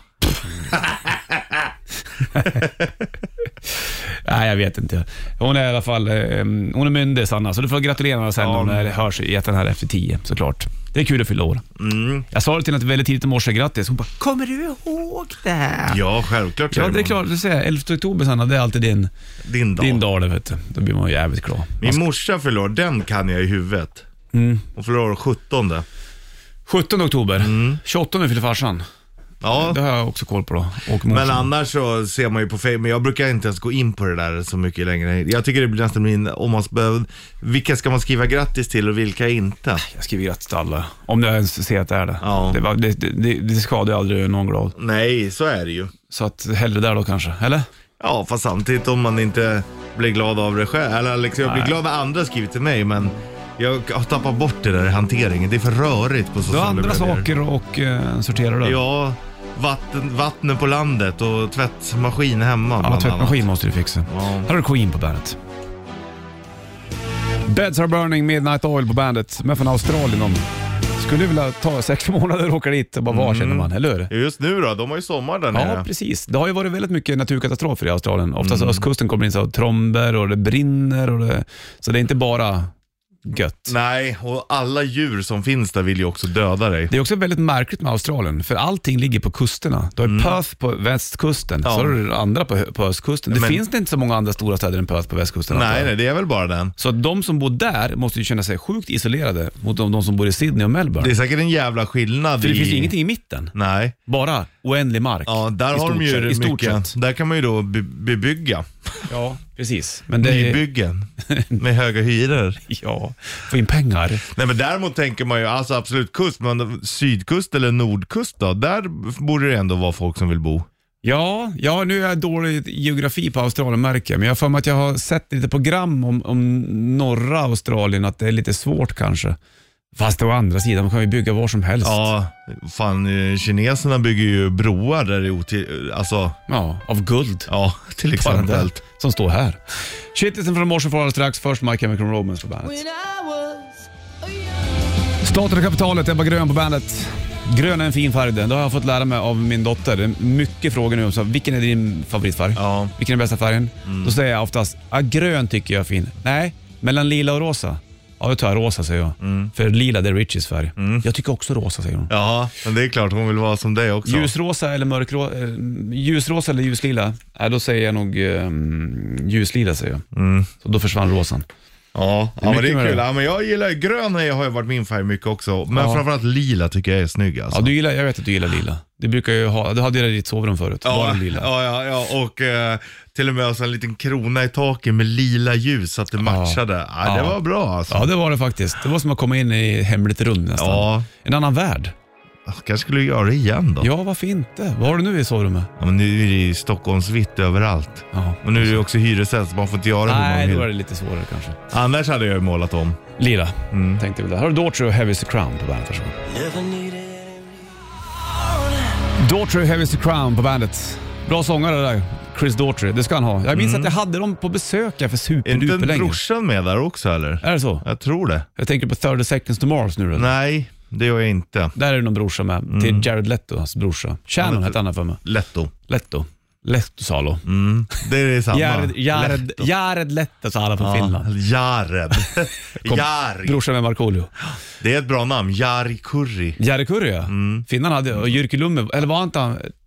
Nej, jag vet inte. Hon är i alla fall, eh, hon är myndig, Sanna, så du får gratulera henne sen Ja. om det hörs i etern här efter tio, såklart. Det är kul att fylla år. Mm. Jag sa det till henne väldigt tidigt i morse, grattis. Hon bara, kommer du ihåg det? Ja, självklart. Ja, säger det är hon. klart, du säger elfte oktober, Sanna, det är alltid din, Din dag. din dag, det, vet du. Då blir man ju jävligt glad. Min morsa förlorar, den kan jag i huvudet. Mm. Hon förlorar sjuttonde. sjuttonde oktober, Mm. tjugoåttonde fyller farsan. Ja, Det har jag också koll på då. Och men morsan. annars så ser man ju på Facebook, men jag brukar inte ens gå in på det där så mycket längre. Jag tycker det blir nästan min, om man ska, vilka ska man skriva grattis till och vilka inte? Jag skriver grattis till alla, om jag ens ser att det är det. Ja. Det, var, det, det, det skadar ju aldrig någon glad. Nej, så är det ju. Så att hellre där då kanske, eller? Ja, fast samtidigt om man inte blir glad av det själv. Eller liksom, jag blir Nej. glad när andra skriver till mig, men jag har tappat bort det där i hanteringen. Det är för rörigt på Du har sociala andra medier. saker och eh, sorterar du. Ja, vatten, vattnet på landet och tvättmaskin hemma. Ja, bland tvättmaskin annat. måste du fixa. Ja. Här har du Queen på bandet. Beds Are Burning, Midnight Oil på bandet. Men från Australien. De skulle vilja ta sex månader och åka dit och bara vara, känner man, eller hur? Just nu då, de har ju sommar där Ja, nere. precis. Det har ju varit väldigt mycket naturkatastrofer i Australien. Oftast Mm. östkusten kommer in så tromber och det brinner. Och det, så det är inte bara gött. Nej, och alla djur som finns där vill ju också döda dig. Det är också väldigt märkligt med Australien, för allting ligger på kusterna. Du har ju Perth på västkusten, Ja. så har du andra på, på östkusten. Det Men- finns det inte så många andra stora städer än Perth på västkusten. antar Nej, jag. nej, det är väl bara den. Så att de som bor där måste ju känna sig sjukt isolerade mot de, de som bor i Sydney och Melbourne. Det är säkert en jävla skillnad för det i... finns ju ingenting i mitten. Nej. Bara oändlig mark. Ja, där I har stort de ju sett- i stort mycket. sett. Där kan man ju då be- bebygga. Ja, precis. Men det är, Nybyggen. Med höga hyror. ja, få in pengar. Nej, men däremot tänker man ju, alltså absolut kust, men sydkust eller nordkust då, där borde det ändå vara folk som vill bo. Ja, ja, nu är jag dålig i geografi på Australien, märker jag. Men jag har för mig att jag har sett lite program om, om norra Australien, att det är lite svårt kanske. Fast å andra sidan, man kan ju bygga var som helst. Ja, fan, eh, kineserna bygger ju broar där det är otill... Alltså, Ja, av guld. ja, till Bara det exempel. som står här. Shitlisten från morse får alldeles strax. Först My Chemical Romance på bandet. Staten och kapitalet, Ebba Grön på bandet. Grön är en fin färg, det har jag fått lära mig av min dotter. Det är mycket frågor nu om så, vilken är din favoritfärg? Ja. Vilken är bästa färgen? Då säger jag oftast, ja, grön tycker jag är fin. Nej, mellan lila och rosa. Ja, då tar jag rosa, säger jag. För lila, det är Richies färg. Jag tycker också rosa, säger hon. Ja, men det är klart hon vill vara som dig också. Ljusrosa eller mörkrosa, eh, ljusrosa eller ljuslila? Nej, då säger jag nog eh, ljuslila, säger jag. Så då försvann rosan. Ja, ja men det mycket är med kul. det. Ja, men jag gillar grön, har ju varit min färg mycket också. Men Ja. framförallt lila tycker jag är snygg alltså. Ja, du gillar, jag vet att du gillar lila. Du brukar ju ha, du hade ju det i ditt sovrum förut. Bara Ja, lila. ja, ja, ja, och eh, till och med alltså en liten krona i taket med lila ljus så att det matchade. Ja, det Ja. var bra alltså. Ja, det var det faktiskt. Det var som att komma in i hemligt rum nästan. Ja. En annan värld. Jag kanske skulle göra det igen då. Ja, varför inte? Vad har du nu i sovrummet? Ja, men nu är det ju Stockholmsvitt överallt. Ja. Och nu är det också hyresrätt så man får inte göra hur man Nej, vill. då är det lite svårare kanske. Annars hade jag ju målat om. Lila, Mm. tänkte jag väl. Här har du Daughtry och Heavy's the Crown på bandet. Varsågod. Daughtry och Heavy's the Crown på bandet. Bra sångare där, Chris Daughtry. Det ska han ha. Jag minns att jag hade dem på besök för Är inte superduper en länge. brorsan med där också eller? Är det så? Jag tror det. Jag tänker på thirty seconds to Mars nu. Eller? Nej, det gör jag inte. Där är det någon brorsa med. Till Jared Lettos brorsa. Shannon men- hette han för mig. Letto. Letto. Letto Salo. Mm. Det är det samma. Jared, Jared, Letto. Jared Letto Salo från Ja, Finland. Jared. Kom- Jari. Brorsa med Markoolio. Det är ett bra namn. Jari Kurri. Jari Kurri, ja. Mm. Finland hade, och Jyrki Lumme, eller var inte han?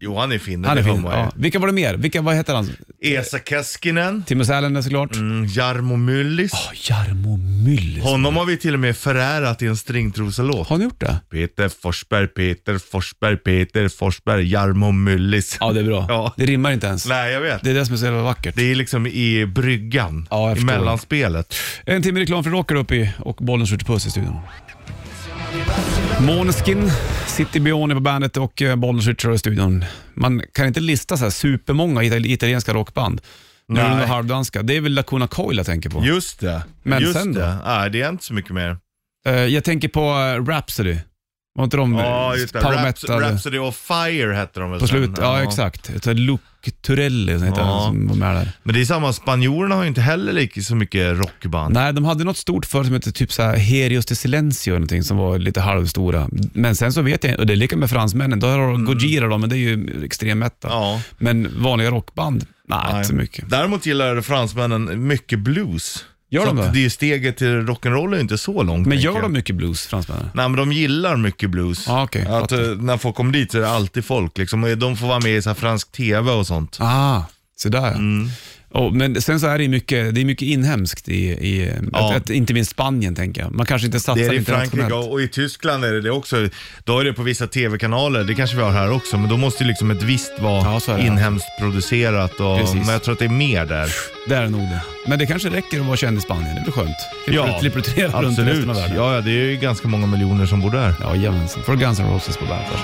Jo, han är fin. Han är det fin. var Ja. Vilka var det mer? Vilka, vad heter han? Esa Keskinen. Timo Säländer såklart. Mm, Jarmo Myllis. Oh, Jarmo Myllis. Honom har vi till och med förärat i en stringtrosalåt. Har ni gjort det? Peter Forsberg, Peter Forsberg, Peter Forsberg, Jarmo Myllis. Ja, det är bra. Ja. Det rimmar inte ens. Nej, jag vet. Det är det som är så jävla vackert. Det är liksom i bryggan, Ja, jag i förstår. mellanspelet. En timme reklam för rockar upp i och bollen skjuter puss i studion. Måneskin, City Bione på bandet och eh, bollen skjuter i studion. Man kan inte lista så här supermånga itali- italienska rockband. Nu är det Nej. några halvdanska. Det är väl Lacuna Coil jag tänker på. Just det. Men Just sen då? det. Nej, det är inte så mycket mer. Eh, jag tänker på uh, Rhapsody. Var inte de Ja, just det. power Raps- metal Rhapsody of Fire hette de väl på sen. slut? Ja, exakt. Luke Turelli som heter Ja. han som var med där. Men det är samma, spanjorerna har ju inte heller lika så mycket rockband. Nej, de hade något stort för som hette typ så här Herios de Silencio eller någonting som var lite halvstora. Men sen så vet jag, och det är lika med fransmännen, då har de mm. Gojira då, men det är ju extrem metal. Ja. Men vanliga rockband, nej, Nej. inte så mycket. Däremot gillar fransmännen mycket blues. Gör så de att det? det är steget till rock'n'roll är inte så långt. Men tänker gör jag. de mycket blues, fransmännen? Nej, men de gillar mycket blues. Ah, okej, att, fattar. eh, när folk kommer dit så är det alltid folk. Liksom. De får vara med i så här fransk tv och sånt. Ah, så där ja. Mm. Oh, men sen så är det mycket, det är mycket inhemskt i, i Ja. att, att, inte minst Spanien tänker jag. Man kanske inte satsar Det är i internationellt. Frankrike och i Tyskland är det det också. Då är det på vissa tv-kanaler, det kanske vi har här också, men då måste ju liksom ett visst vara Ja, så är det. inhemskt producerat. Och, Precis. men jag tror att det är mer där. Det är nog det. Men det kanske räcker att vara känd i Spanien, det blir skönt. Slipper- slipper du turera runt i absolut. resten av världen. Ja, ja, det är ju ganska många miljoner som bor där. Ja, jajamensan. För Guns N' Roses på bandet.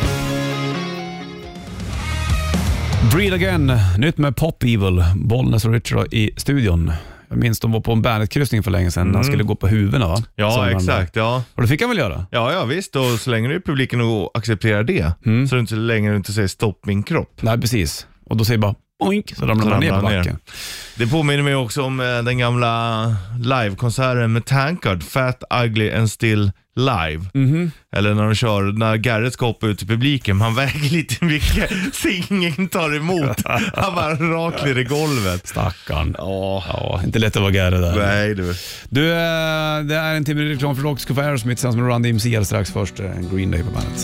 Breed Again, nytt med Pop Evil, Bollnäs och Richard i studion. Jag minns de var på en bandet-kryssning för länge sedan när han skulle gå på huvudena va? Ja, Som exakt. Han, Ja. och det fick han väl göra? Ja, ja, visst. Och så länge det är publiken och accepterar det, Mm. så är det inte längre inte säger stopp min kropp. Nej, precis. Och då säger bara boink, så ramlar Så man ner på ramlar ner. backen. Det påminner mig också om eh, den gamla livekonserten med Tankard, Fat, Ugly and Still Live. Mhm. Eller när de kör, när Garrett ska hoppa ut till publiken, man väger lite mycket så ingen tar emot. Han bara rakt ner i golvet. Stackarn. Ja, Ja, inte lätt att vara gärre där. nej du. Du, eh, det är en timme reklam för Rock, ska få Aerosmith tillsammans med Run D M C alldeles strax. Först eh, en Green Day på bandet.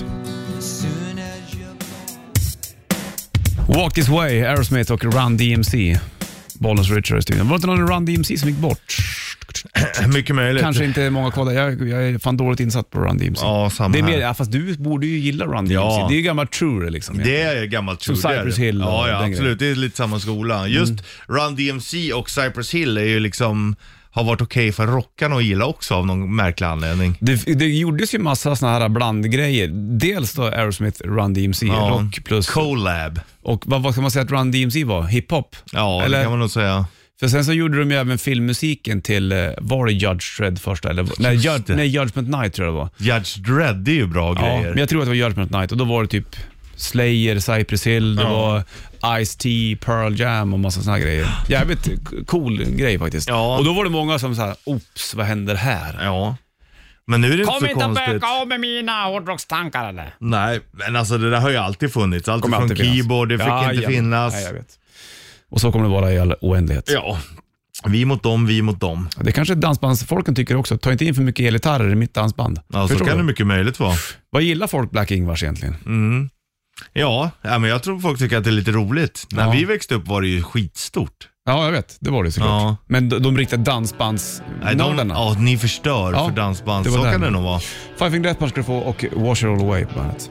Walk This Way, Aerosmith och Run D M C. Bollens Richard i studion. Var det inte någon Run D M C som gick bort? Mycket möjligt. Kanske inte många kvar där. Jag, jag är fan dåligt insatt på Run D M C. Ja, samma det är mer, här. ja, fast du borde ju gilla Run D M C. Ja. Det är ju gammalt True liksom. Det är gammalt Som true, det är Cypress det. Hill och Ja, ja den absolut. Det är lite samma skola. Just Run D M C och Cypress Hill är ju liksom, har varit okej för rockarna att gilla också av någon märklig anledning. Det, det gjordes ju massa såna här blandgrejer. Dels då Aerosmith, Run D M C, Ja. rock plus... Collab. Och vad, vad kan man säga att Run D M C var? Hiphop? Ja, Eller- det kan man nog säga. För sen så gjorde de ju även filmmusiken till, eh, var det Judge Dredd första? Eller, nej, Judge, det. nej, Judgment Night tror jag det var. Judge Dredd, det är ju bra Ja, grejer. men jag tror att det var Judgment Night och då var det typ Slayer, Cypress Hill, det Ja. var Ice-T, Pearl Jam och massa såna här grejer. Jävligt cool grej faktiskt. Ja. Och då var det många som såhär, oops, vad händer här? Ja. Men nu är det inte Kom så inte och konstigt. böka av med mina hårdrockstankar eller? Nej, men alltså det där har ju alltid funnits. Allt Kommer från alltid finnas. keyboard, det fick Ja, inte ja, finnas. Ja, jag vet. Och så kommer det vara i all oändlighet. Ja, vi mot dem, vi mot dem. Det kanske dansbandsfolken tycker också. Ta inte in för mycket elgitarrer i mitt dansband. Ja, så Förstår kan du? det mycket möjligt vara. Vad gillar folk Black Ingvars egentligen? Mm. Ja, ja, men jag tror folk tycker att det är lite roligt. När Ja. vi växte upp var det ju skitstort. Ja, jag vet. Det var det såklart. Ja. Men de, de riktiga Nej, de, dansbandsnördarna. ja, ni förstör Ja, för dansband. det var Så den. kan det nog vara. Five Finger Death Punch ska du få och Wash It All Away på bandet.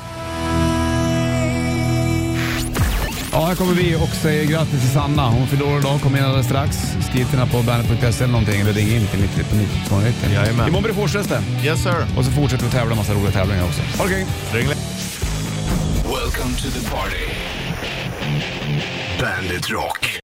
Ja, här kommer vi och säger grattis till Sanna. Hon fyller år idag, kommer in alldeles strax. Skriv till henne på bandet punkt se eller någonting eller ring in till mitt på nittio två nittio. Jajamän. Imorgon blir det Forsreste. Yes sir. Och så fortsätter vi tävla en massa roliga tävlingar också. Okej. Ring. Welcome to the party. Bandit Rock.